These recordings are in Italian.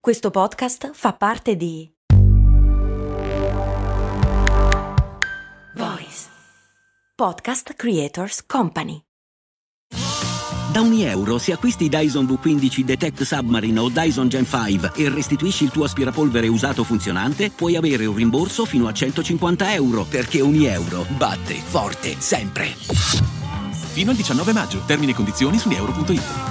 Questo podcast fa parte di Voice Podcast Creators Company. Da €1 se acquisti Dyson V15 Detect Submarine o Dyson Gen 5 e restituisci il tuo aspirapolvere usato funzionante, puoi avere un rimborso fino a €150, perché €1 batte forte sempre. Fino al 19 maggio. Termini e condizioni su euro.it.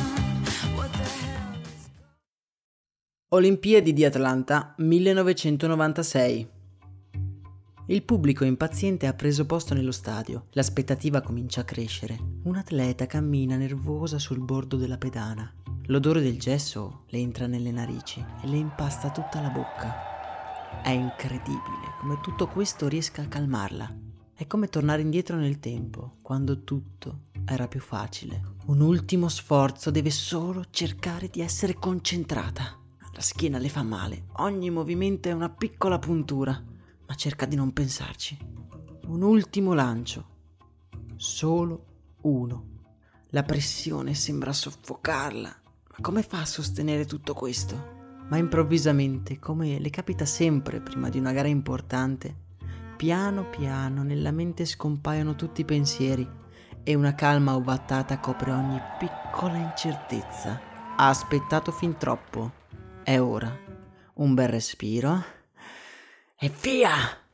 Olimpiadi di Atlanta 1996. Il pubblico impaziente ha preso posto nello stadio. L'aspettativa comincia a crescere. Un'atleta cammina nervosa sul bordo della pedana. L'odore del gesso le entra nelle narici e le impasta tutta la bocca. È incredibile come tutto questo riesca a calmarla. È come tornare indietro nel tempo, quando tutto era più facile. Un ultimo sforzo, deve solo cercare di essere concentrata. La schiena le fa male, ogni movimento è una piccola puntura, ma cerca di non pensarci. Un ultimo lancio, solo uno. La pressione sembra soffocarla, ma come fa a sostenere tutto questo? Ma improvvisamente, come le capita sempre prima di una gara importante, piano piano nella mente scompaiono tutti i pensieri e una calma ovattata copre ogni piccola incertezza. Ha aspettato fin troppo. È ora. Un bel respiro. E via!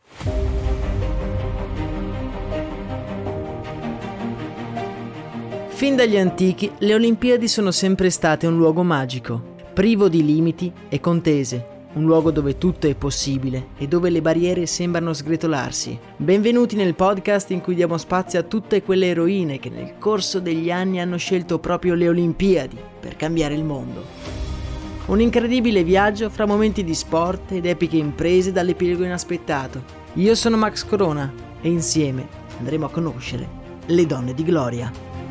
Fin dagli antichi, le Olimpiadi sono sempre state un luogo magico, privo di limiti e contese. Un luogo dove tutto è possibile e dove le barriere sembrano sgretolarsi. Benvenuti nel podcast in cui diamo spazio a tutte quelle eroine che nel corso degli anni hanno scelto proprio le Olimpiadi per cambiare il mondo. Un incredibile viaggio fra momenti di sport ed epiche imprese dall'epilogo inaspettato. Io sono Max Corona e insieme andremo a conoscere le donne di gloria.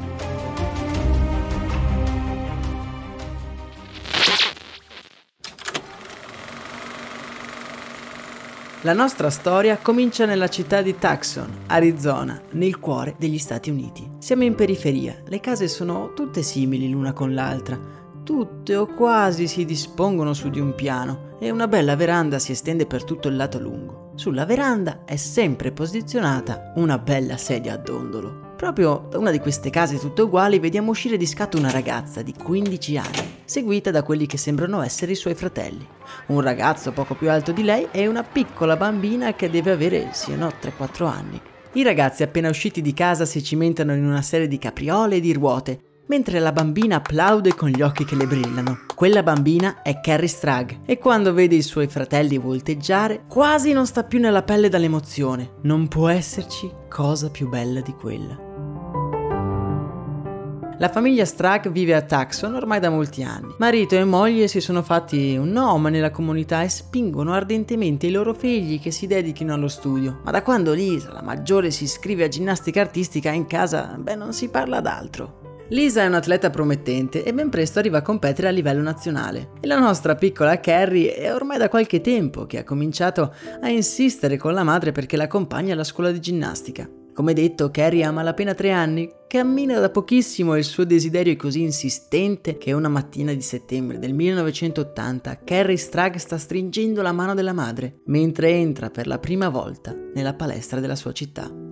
La nostra storia comincia nella città di Tucson, Arizona, nel cuore degli Stati Uniti. Siamo in periferia, le case sono tutte simili l'una con l'altra. Tutte o quasi si dispongono su di un piano e una bella veranda si estende per tutto il lato lungo. Sulla veranda è sempre posizionata una bella sedia a dondolo. Proprio da una di queste case tutte uguali vediamo uscire di scatto una ragazza di 15 anni, seguita da quelli che sembrano essere i suoi fratelli. Un ragazzo poco più alto di lei e una piccola bambina che deve avere siano 3-4 anni. I ragazzi appena usciti di casa si cimentano in una serie di capriole e di ruote, mentre la bambina applaude con gli occhi che le brillano. Quella bambina è Carrie Strug e quando vede i suoi fratelli volteggiare quasi non sta più nella pelle dall'emozione. Non può esserci cosa più bella di quella. La famiglia Strug vive a Tucson ormai da molti anni. Marito e moglie si sono fatti un nome nella comunità e spingono ardentemente i loro figli che si dedichino allo studio. Ma da quando Lisa, la maggiore, si iscrive a ginnastica artistica in casa, non si parla d'altro. Lisa è un'atleta promettente e ben presto arriva a competere a livello nazionale. E la nostra piccola Carrie è ormai da qualche tempo che ha cominciato a insistere con la madre perché la accompagni alla scuola di ginnastica. Come detto, Carrie ha malapena 3 anni, cammina da pochissimo e il suo desiderio è così insistente che una mattina di settembre del 1980 Carrie Strug sta stringendo la mano della madre mentre entra per la prima volta nella palestra della sua città.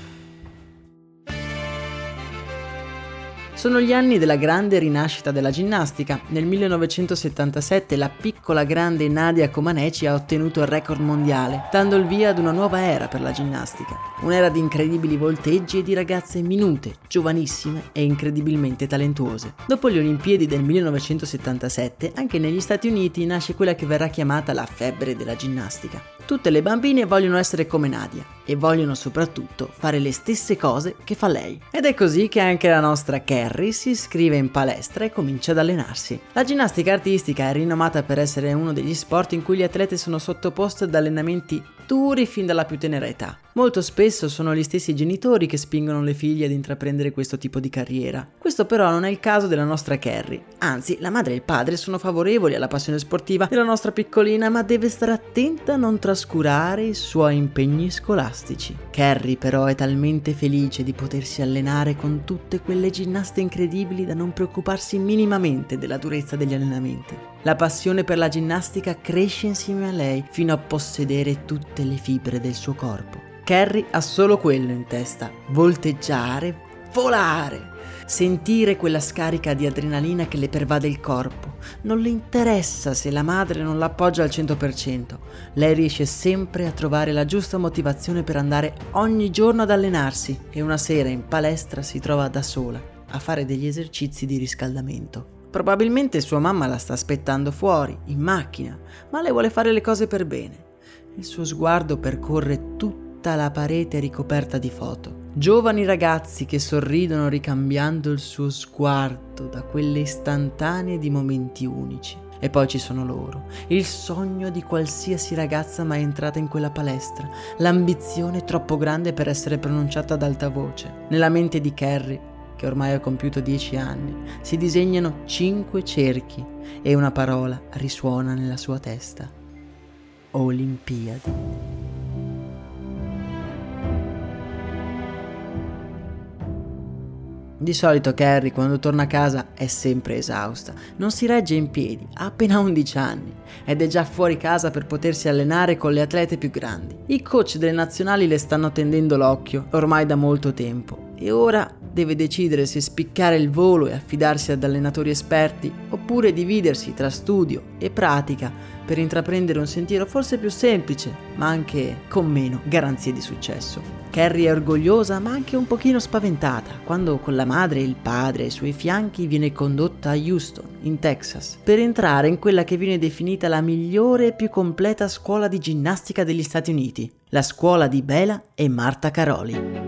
Sono gli anni della grande rinascita della ginnastica. Nel 1977 la piccola grande Nadia Comaneci ha ottenuto il record mondiale, dando il via ad una nuova era per la ginnastica. Un'era di incredibili volteggi e di ragazze minute, giovanissime e incredibilmente talentuose. Dopo le Olimpiadi del 1977, anche negli Stati Uniti nasce quella che verrà chiamata la febbre della ginnastica. Tutte le bambine vogliono essere come Nadia e vogliono soprattutto fare le stesse cose che fa lei. Ed è così che anche la nostra Carrie si iscrive in palestra e comincia ad allenarsi. La ginnastica artistica è rinomata per essere uno degli sport in cui gli atleti sono sottoposti ad allenamenti duri fin dalla più tenera età. Molto spesso sono gli stessi genitori che spingono le figlie ad intraprendere questo tipo di carriera. Questo però non è il caso della nostra Carrie. Anzi, la madre e il padre sono favorevoli alla passione sportiva della nostra piccolina, ma deve stare attenta a non trascurare i suoi impegni scolastici. Carrie però è talmente felice di potersi allenare con tutte quelle ginnaste incredibili da non preoccuparsi minimamente della durezza degli allenamenti. La passione per la ginnastica cresce insieme a lei fino a possedere tutte le fibre del suo corpo. Carrie ha solo quello in testa: volteggiare, volare, sentire quella scarica di adrenalina che le pervade il corpo. Non le interessa se la madre non l'appoggia al 100%. Lei riesce sempre a trovare la giusta motivazione per andare ogni giorno ad allenarsi e una sera in palestra si trova da sola a fare degli esercizi di riscaldamento. Probabilmente sua mamma la sta aspettando fuori, in macchina, ma lei vuole fare le cose per bene. Il suo sguardo percorre tutta la parete ricoperta di foto. Giovani ragazzi che sorridono ricambiando il suo sguardo da quelle istantanee di momenti unici. E poi ci sono loro, il sogno di qualsiasi ragazza mai entrata in quella palestra, l'ambizione troppo grande per essere pronunciata ad alta voce. Nella mente di Carrie, che ormai ha compiuto 10 anni, si disegnano 5 cerchi e una parola risuona nella sua testa: Olimpiadi. Di solito Carrie quando torna a casa è sempre esausta, non si regge in piedi, ha appena 11 anni ed è già fuori casa per potersi allenare con le atlete più grandi. I coach delle nazionali le stanno tendendo l'occhio ormai da molto tempo e ora deve decidere se spiccare il volo e affidarsi ad allenatori esperti oppure dividersi tra studio e pratica per intraprendere un sentiero forse più semplice ma anche con meno garanzie di successo. Carrie è orgogliosa ma anche un pochino spaventata quando con la madre e il padre ai suoi fianchi viene condotta a Houston, in Texas, per entrare in quella che viene definita la migliore e più completa scuola di ginnastica degli Stati Uniti, la scuola di Bela e Marta Caroli.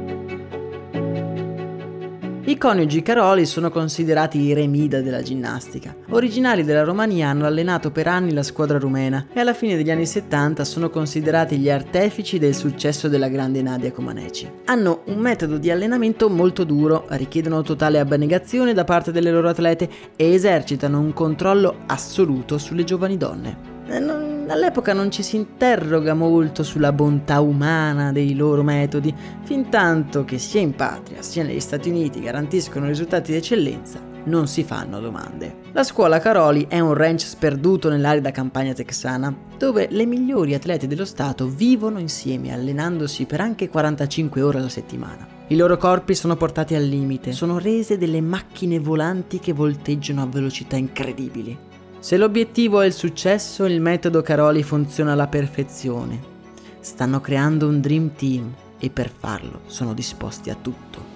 I coniugi Caroli sono considerati i re Mida della ginnastica. Originari della Romania, hanno allenato per anni la squadra rumena e alla fine degli anni 70 sono considerati gli artefici del successo della grande Nadia Comaneci. Hanno un metodo di allenamento molto duro, richiedono totale abnegazione da parte delle loro atlete e esercitano un controllo assoluto sulle giovani donne. All'epoca non ci si interroga molto sulla bontà umana dei loro metodi, fintanto che sia in patria sia negli Stati Uniti garantiscono risultati di eccellenza, non si fanno domande. La scuola Caroli è un ranch sperduto nell'arida campagna texana, dove le migliori atlete dello stato vivono insieme allenandosi per anche 45 ore alla settimana. I loro corpi sono portati al limite, sono rese delle macchine volanti che volteggiano a velocità incredibili. Se l'obiettivo è il successo, il metodo Caroli funziona alla perfezione. Stanno creando un dream team e per farlo sono disposti a tutto.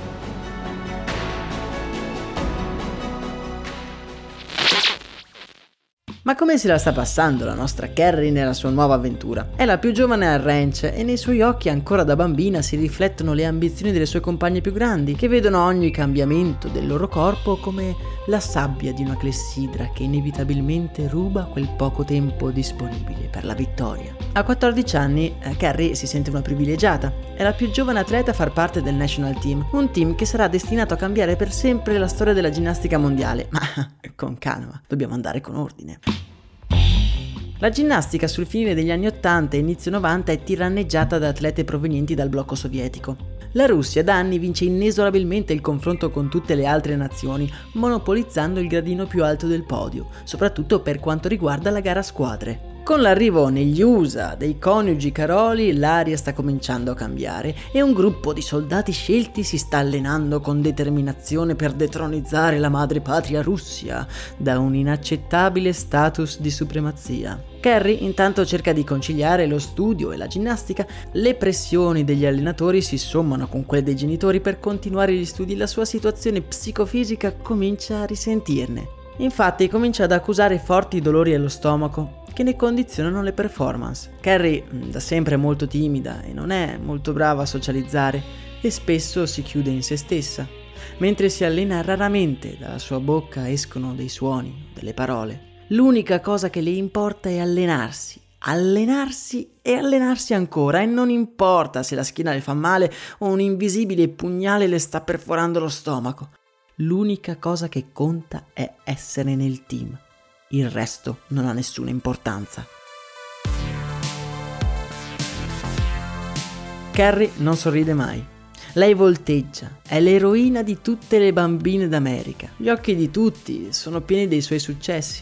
Ma come se la sta passando la nostra Carrie nella sua nuova avventura? È la più giovane al ranch e nei suoi occhi ancora da bambina si riflettono le ambizioni delle sue compagne più grandi, che vedono ogni cambiamento del loro corpo come la sabbia di una clessidra che inevitabilmente ruba quel poco tempo disponibile per la vittoria. A 14 anni Carrie si sente una privilegiata, è la più giovane atleta a far parte del National Team, un team che sarà destinato a cambiare per sempre la storia della ginnastica mondiale, ma con calma, dobbiamo andare con ordine. La ginnastica sul finire degli anni 80 e inizio 90 è tiranneggiata da atlete provenienti dal blocco sovietico. La Russia da anni vince inesorabilmente il confronto con tutte le altre nazioni, monopolizzando il gradino più alto del podio, soprattutto per quanto riguarda la gara a squadre. Con l'arrivo negli USA dei coniugi Caroli, l'aria sta cominciando a cambiare e un gruppo di soldati scelti si sta allenando con determinazione per detronizzare la madrepatria Russia da un inaccettabile status di supremazia. Carrie intanto cerca di conciliare lo studio e la ginnastica, le pressioni degli allenatori si sommano con quelle dei genitori per continuare gli studi e la sua situazione psicofisica comincia a risentirne. Infatti comincia ad accusare forti dolori allo stomaco che ne condizionano le performance. Carrie, da sempre molto timida e non è molto brava a socializzare e spesso si chiude in se stessa. Mentre si allena raramente dalla sua bocca escono dei suoni, delle parole. L'unica cosa che le importa è allenarsi e allenarsi ancora, e non importa se la schiena le fa male o un invisibile pugnale le sta perforando lo stomaco. L'unica cosa che conta è essere nel team. Il resto non ha nessuna importanza. Carrie non sorride mai. Lei volteggia, è l'eroina di tutte le bambine d'America. Gli occhi di tutti sono pieni dei suoi successi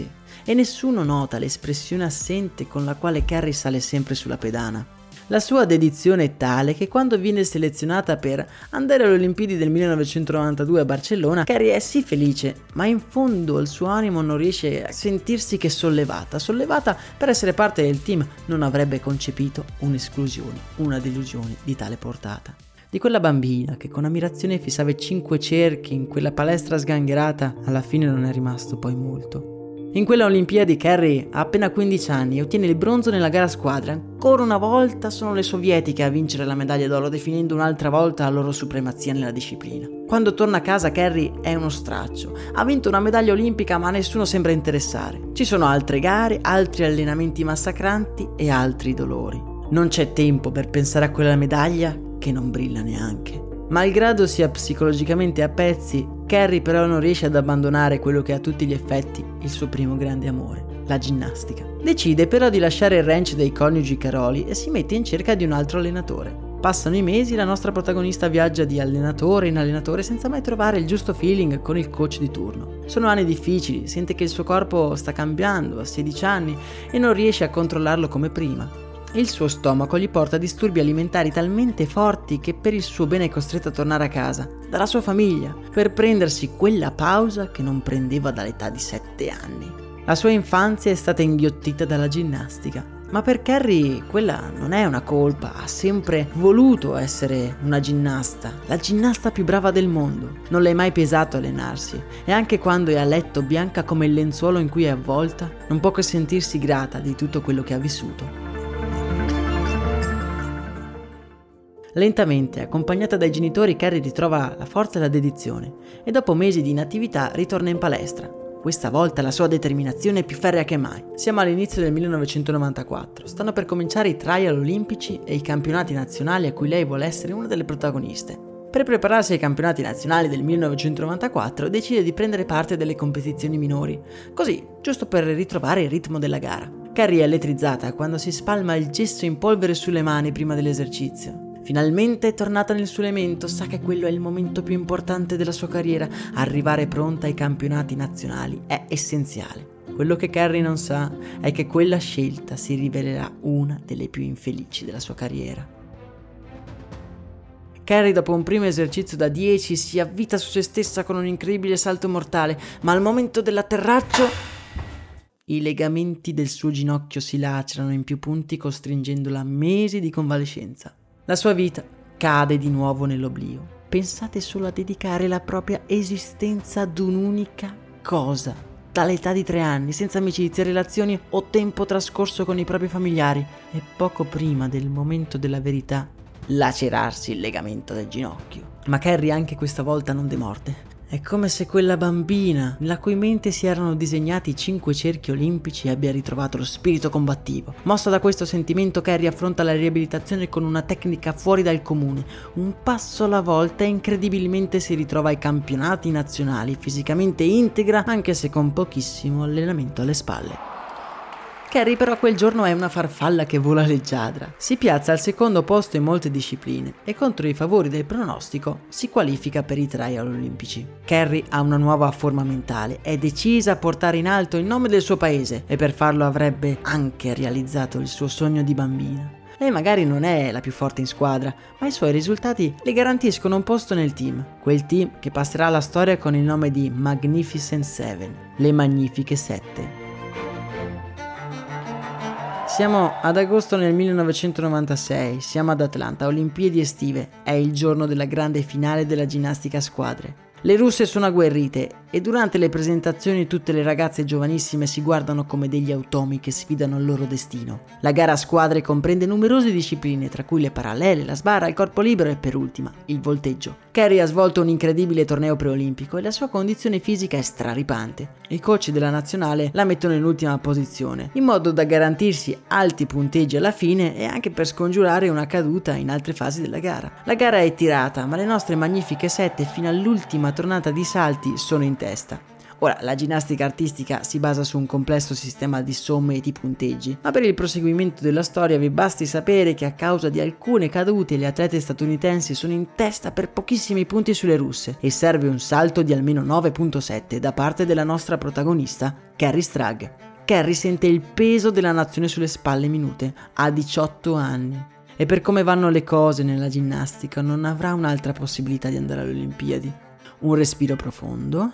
e nessuno nota l'espressione assente con la quale Carrie sale sempre sulla pedana. La sua dedizione è tale che quando viene selezionata per andare alle Olimpiadi del 1992 a Barcellona, Carrie è sì felice, ma in fondo il suo animo non riesce a sentirsi che sollevata per essere parte del team. Non avrebbe concepito un'esclusione, una delusione di tale portata. Di quella bambina che con ammirazione fissava 5 cerchi in quella palestra sgangherata, alla fine non è rimasto poi molto. In quella Olimpiadi Carrie ha appena 15 anni e ottiene il bronzo nella gara a squadre. Ancora una volta sono le sovietiche a vincere la medaglia d'oro, definendo un'altra volta la loro supremazia nella disciplina. Quando torna a casa Carrie è uno straccio. Ha vinto una medaglia olimpica ma nessuno sembra interessare. Ci sono altre gare, altri allenamenti massacranti e altri dolori. Non c'è tempo per pensare a quella medaglia che non brilla neanche. Malgrado sia psicologicamente a pezzi, Carrie però non riesce ad abbandonare quello che è a tutti gli effetti il suo primo grande amore, la ginnastica. Decide però di lasciare il ranch dei coniugi Caroli e si mette in cerca di un altro allenatore. Passano i mesi, la nostra protagonista viaggia di allenatore in allenatore senza mai trovare il giusto feeling con il coach di turno. Sono anni difficili, sente che il suo corpo sta cambiando a 16 anni e non riesce a controllarlo come prima. Il suo stomaco gli porta disturbi alimentari talmente forti che per il suo bene è costretto a tornare a casa, dalla sua famiglia, per prendersi quella pausa che non prendeva dall'età di 7 anni. La sua infanzia è stata inghiottita dalla ginnastica, ma per Carrie quella non è una colpa, ha sempre voluto essere una ginnasta, la ginnasta più brava del mondo. Non le è mai pesato allenarsi e anche quando è a letto bianca come il lenzuolo in cui è avvolta, non può che sentirsi grata di tutto quello che ha vissuto. Lentamente, accompagnata dai genitori, Carrie ritrova la forza e la dedizione e dopo mesi di inattività ritorna in palestra. Questa volta la sua determinazione è più ferrea che mai. Siamo all'inizio del 1994, stanno per cominciare i trial olimpici e i campionati nazionali a cui lei vuole essere una delle protagoniste. Per prepararsi ai campionati nazionali del 1994 decide di prendere parte delle competizioni minori, così, giusto per ritrovare il ritmo della gara. Carrie è elettrizzata quando si spalma il gesso in polvere sulle mani prima dell'esercizio. Finalmente è tornata nel suo elemento, sa che quello è il momento più importante della sua carriera. Arrivare pronta ai campionati nazionali è essenziale. Quello che Carrie non sa è che quella scelta si rivelerà una delle più infelici della sua carriera. Carrie dopo un primo esercizio da 10 si avvita su se stessa con un incredibile salto mortale, ma al momento dell'atterraggio i legamenti del suo ginocchio si lacerano in più punti, costringendola a mesi di convalescenza. La sua vita cade di nuovo nell'oblio. Pensate solo a dedicare la propria esistenza ad un'unica cosa, dall'età di 3 anni, senza amicizie, relazioni o tempo trascorso con i propri familiari, e poco prima del momento della verità lacerarsi il legamento del ginocchio. Ma Carrie anche questa volta non demorde. È come se quella bambina, nella cui mente si erano disegnati 5 cerchi olimpici, abbia ritrovato lo spirito combattivo. Mossa da questo sentimento, Carrie affronta la riabilitazione con una tecnica fuori dal comune. Un passo alla volta e incredibilmente si ritrova ai campionati nazionali, fisicamente integra, anche se con pochissimo allenamento alle spalle. Carrie però quel giorno è una farfalla che vola leggiadra. Si piazza al secondo posto in molte discipline e contro i favori del pronostico si qualifica per i trial olimpici. Carrie ha una nuova forma mentale, è decisa a portare in alto il nome del suo paese e per farlo avrebbe anche realizzato il suo sogno di bambina. Lei magari non è la più forte in squadra, ma i suoi risultati le garantiscono un posto nel team. Quel team che passerà alla storia con il nome di Magnificent Seven, le Magnifiche 7. Siamo ad agosto nel 1996, siamo ad Atlanta, Olimpiadi estive, è il giorno della grande finale della ginnastica a squadre. Le russe sono agguerrite e durante le presentazioni tutte le ragazze giovanissime si guardano come degli automi che sfidano il loro destino. La gara a squadre comprende numerose discipline, tra cui le parallele, la sbarra, il corpo libero e per ultima il volteggio. Carrie ha svolto un incredibile torneo preolimpico e la sua condizione fisica è straripante. I coach della nazionale la mettono in ultima posizione, in modo da garantirsi alti punteggi alla fine e anche per scongiurare una caduta in altre fasi della gara. La gara è tirata, ma le nostre Magnifiche 7 fino all'ultima tornata di salti sono in testa. Ora, la ginnastica artistica si basa su un complesso sistema di somme e di punteggi, ma per il proseguimento della storia vi basti sapere che a causa di alcune cadute le atlete statunitensi sono in testa per pochissimi punti sulle russe e serve un salto di almeno 9.7 da parte della nostra protagonista, Carrie Strug. Carrie sente il peso della nazione sulle spalle minute, ha 18 anni e per come vanno le cose nella ginnastica non avrà un'altra possibilità di andare alle Olimpiadi. Un respiro profondo.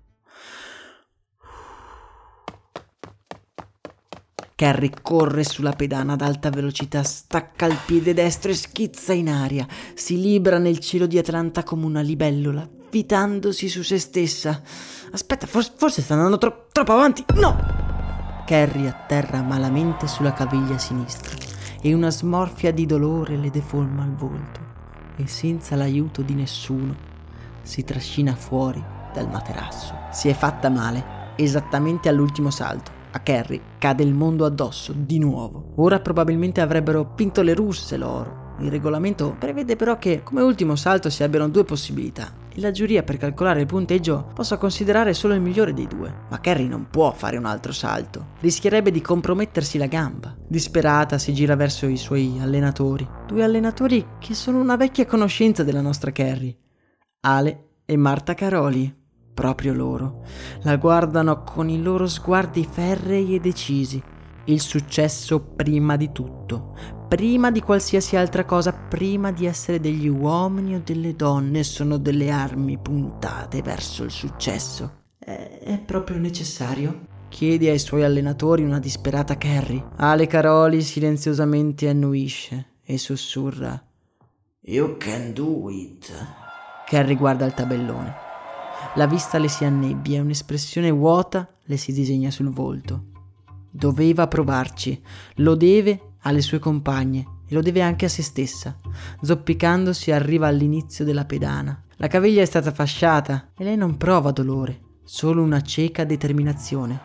Carrie corre sulla pedana ad alta velocità, stacca il piede destro e schizza in aria. Si libera nel cielo di Atlanta come una libellola, avvitandosi su se stessa. Aspetta, forse sta andando troppo avanti. No! Carrie atterra malamente sulla caviglia sinistra e una smorfia di dolore le deforma il volto e senza l'aiuto di nessuno si trascina fuori dal materasso. Si è fatta male, esattamente all'ultimo salto. A Carrie cade il mondo addosso di nuovo. Ora probabilmente avrebbero vinto le russe l'oro. Il regolamento prevede però che come ultimo salto si abbiano 2 possibilità e la giuria per calcolare il punteggio possa considerare solo il migliore dei 2. Ma Carrie non può fare un altro salto, rischierebbe di compromettersi la gamba. Disperata si gira verso i suoi allenatori, 2 allenatori che sono una vecchia conoscenza della nostra Carrie, Ale e Marta Caroli. Proprio loro la guardano con i loro sguardi ferrei e decisi. Il successo prima di tutto, prima di qualsiasi altra cosa, prima di essere degli uomini o delle donne, sono delle armi puntate verso il successo. È proprio necessario? Chiede ai suoi allenatori una disperata Carrie. Ale Caroli silenziosamente annuisce e sussurra: "You can do it." Carrie guarda il tabellone. La vista le si annebbia e un'espressione vuota le si disegna sul volto. Doveva provarci, lo deve alle sue compagne e lo deve anche a se stessa. Zoppicandosi arriva all'inizio della pedana. La caviglia è stata fasciata e lei non prova dolore, solo una cieca determinazione.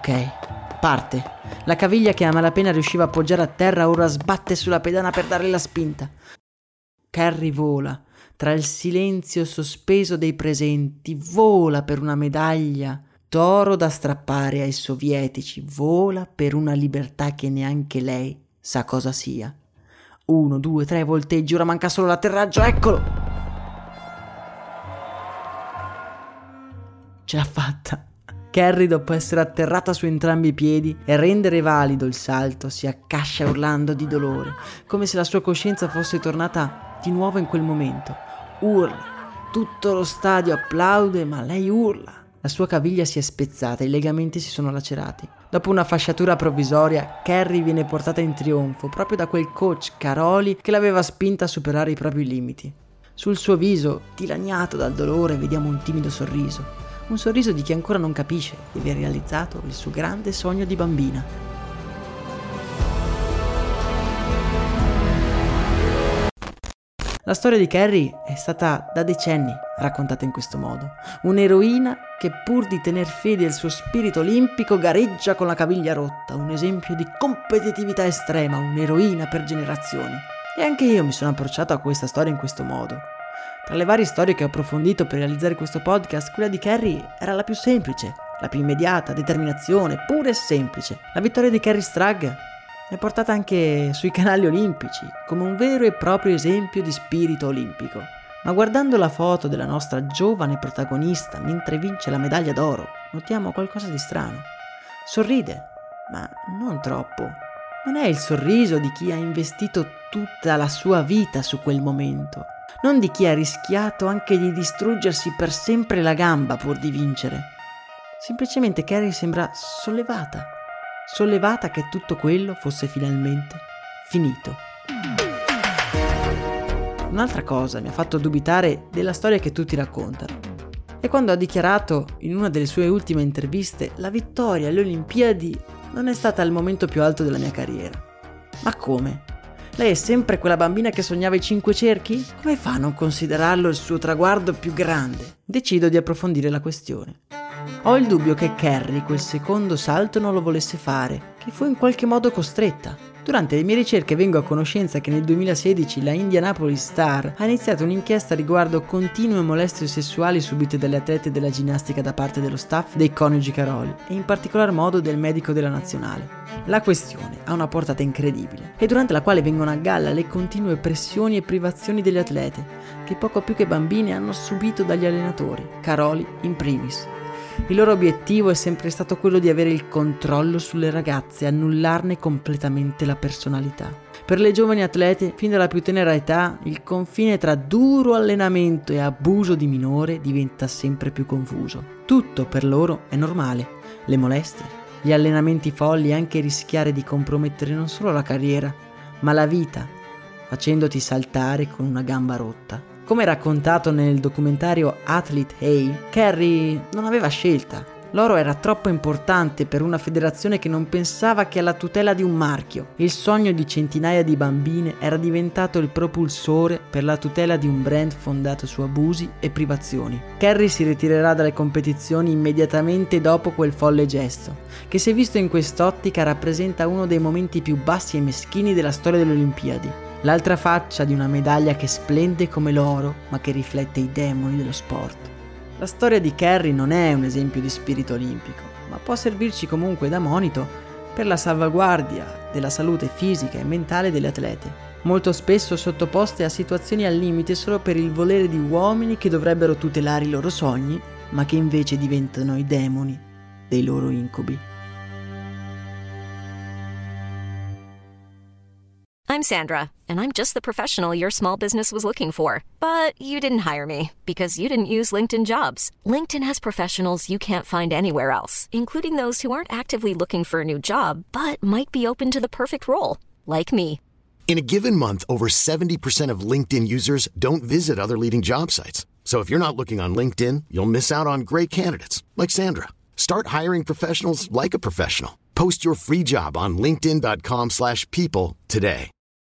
Ok, parte. La caviglia che a malapena riusciva a appoggiare a terra ora sbatte sulla pedana per darle la spinta. Carrie vola tra il silenzio sospeso dei presenti, vola per una medaglia d'oro da strappare ai sovietici, vola per una libertà che neanche lei sa cosa sia. 1, 2, 3 volteggi, ora manca solo l'atterraggio, eccolo! Ce l'ha fatta! Carrie, dopo essere atterrata su entrambi i piedi e rendere valido il salto, si accascia urlando di dolore, come se la sua coscienza fosse tornata di nuovo in quel momento. Urla, tutto lo stadio applaude, ma lei urla. La sua caviglia si è spezzata, i legamenti si sono lacerati. Dopo una fasciatura provvisoria, Carrie viene portata in trionfo proprio da quel coach Caroli che l'aveva spinta a superare i propri limiti. Sul suo viso, dilaniato dal dolore, vediamo un timido sorriso. Un sorriso di chi ancora non capisce di aver realizzato il suo grande sogno di bambina. La storia di Carrie è stata da decenni raccontata in questo modo. Un'eroina che pur di tener fede al suo spirito olimpico gareggia con la caviglia rotta, un esempio di competitività estrema, un'eroina per generazioni. E anche io mi sono approcciato a questa storia in questo modo. Tra le varie storie che ho approfondito per realizzare questo podcast, quella di Carrie era la più semplice, la più immediata, determinazione, pura e semplice. La vittoria di Carrie Strug è portata anche sui canali olimpici, come un vero e proprio esempio di spirito olimpico. Ma guardando la foto della nostra giovane protagonista mentre vince la medaglia d'oro, notiamo qualcosa di strano. Sorride, ma non troppo. Non è il sorriso di chi ha investito tutta la sua vita su quel momento, non di chi ha rischiato anche di distruggersi per sempre la gamba pur di vincere. Semplicemente Carrie sembra sollevata che tutto quello fosse finalmente finito. Un'altra cosa mi ha fatto dubitare della storia che tutti raccontano è quando ha dichiarato in una delle sue ultime interviste: la vittoria alle Olimpiadi non è stata il momento più alto della mia carriera. Ma come? Lei è sempre quella bambina che sognava i 5 cerchi? Come fa a non considerarlo il suo traguardo più grande? Decido di approfondire la questione. Ho il dubbio che Carrie quel secondo salto non lo volesse fare, che fu in qualche modo costretta. Durante le mie ricerche vengo a conoscenza che nel 2016 la Indianapolis Star ha iniziato un'inchiesta riguardo continue molestie sessuali subite dalle atlete della ginnastica da parte dello staff dei coniugi Caroli e in particolar modo del medico della nazionale. La questione ha una portata incredibile e durante la quale vengono a galla le continue pressioni e privazioni delle atlete che poco più che bambine hanno subito dagli allenatori, Caroli in primis. Il loro obiettivo è sempre stato quello di avere il controllo sulle ragazze e annullarne completamente la personalità. Per le giovani atlete, fin dalla più tenera età, il confine tra duro allenamento e abuso di minore diventa sempre più confuso. Tutto per loro è normale: le molestie, gli allenamenti folli e anche rischiare di compromettere non solo la carriera, ma la vita, facendoti saltare con una gamba rotta. Come raccontato nel documentario Athlete Hey, Carrie non aveva scelta. L'oro era troppo importante per una federazione che non pensava che alla tutela di un marchio. Il sogno di centinaia di bambine era diventato il propulsore per la tutela di un brand fondato su abusi e privazioni. Carrie si ritirerà dalle competizioni immediatamente dopo quel folle gesto, che se visto in quest'ottica rappresenta uno dei momenti più bassi e meschini della storia delle Olimpiadi. L'altra faccia di una medaglia che splende come l'oro, ma che riflette i demoni dello sport. La storia di Carrie non è un esempio di spirito olimpico, ma può servirci comunque da monito per la salvaguardia della salute fisica e mentale delle atlete, molto spesso sottoposte a situazioni al limite solo per il volere di uomini che dovrebbero tutelare i loro sogni, ma che invece diventano i demoni dei loro incubi. I'm Sandra, and I'm just the professional your small business was looking for. But you didn't hire me because you didn't use LinkedIn Jobs. LinkedIn has professionals you can't find anywhere else, including those who aren't actively looking for a new job, but might be open to the perfect role, like me. In a given month, over 70% of LinkedIn users don't visit other leading job sites. So if you're not looking on LinkedIn, you'll miss out on great candidates like Sandra. Start hiring professionals like a professional. Post your free job on linkedin.com/people today.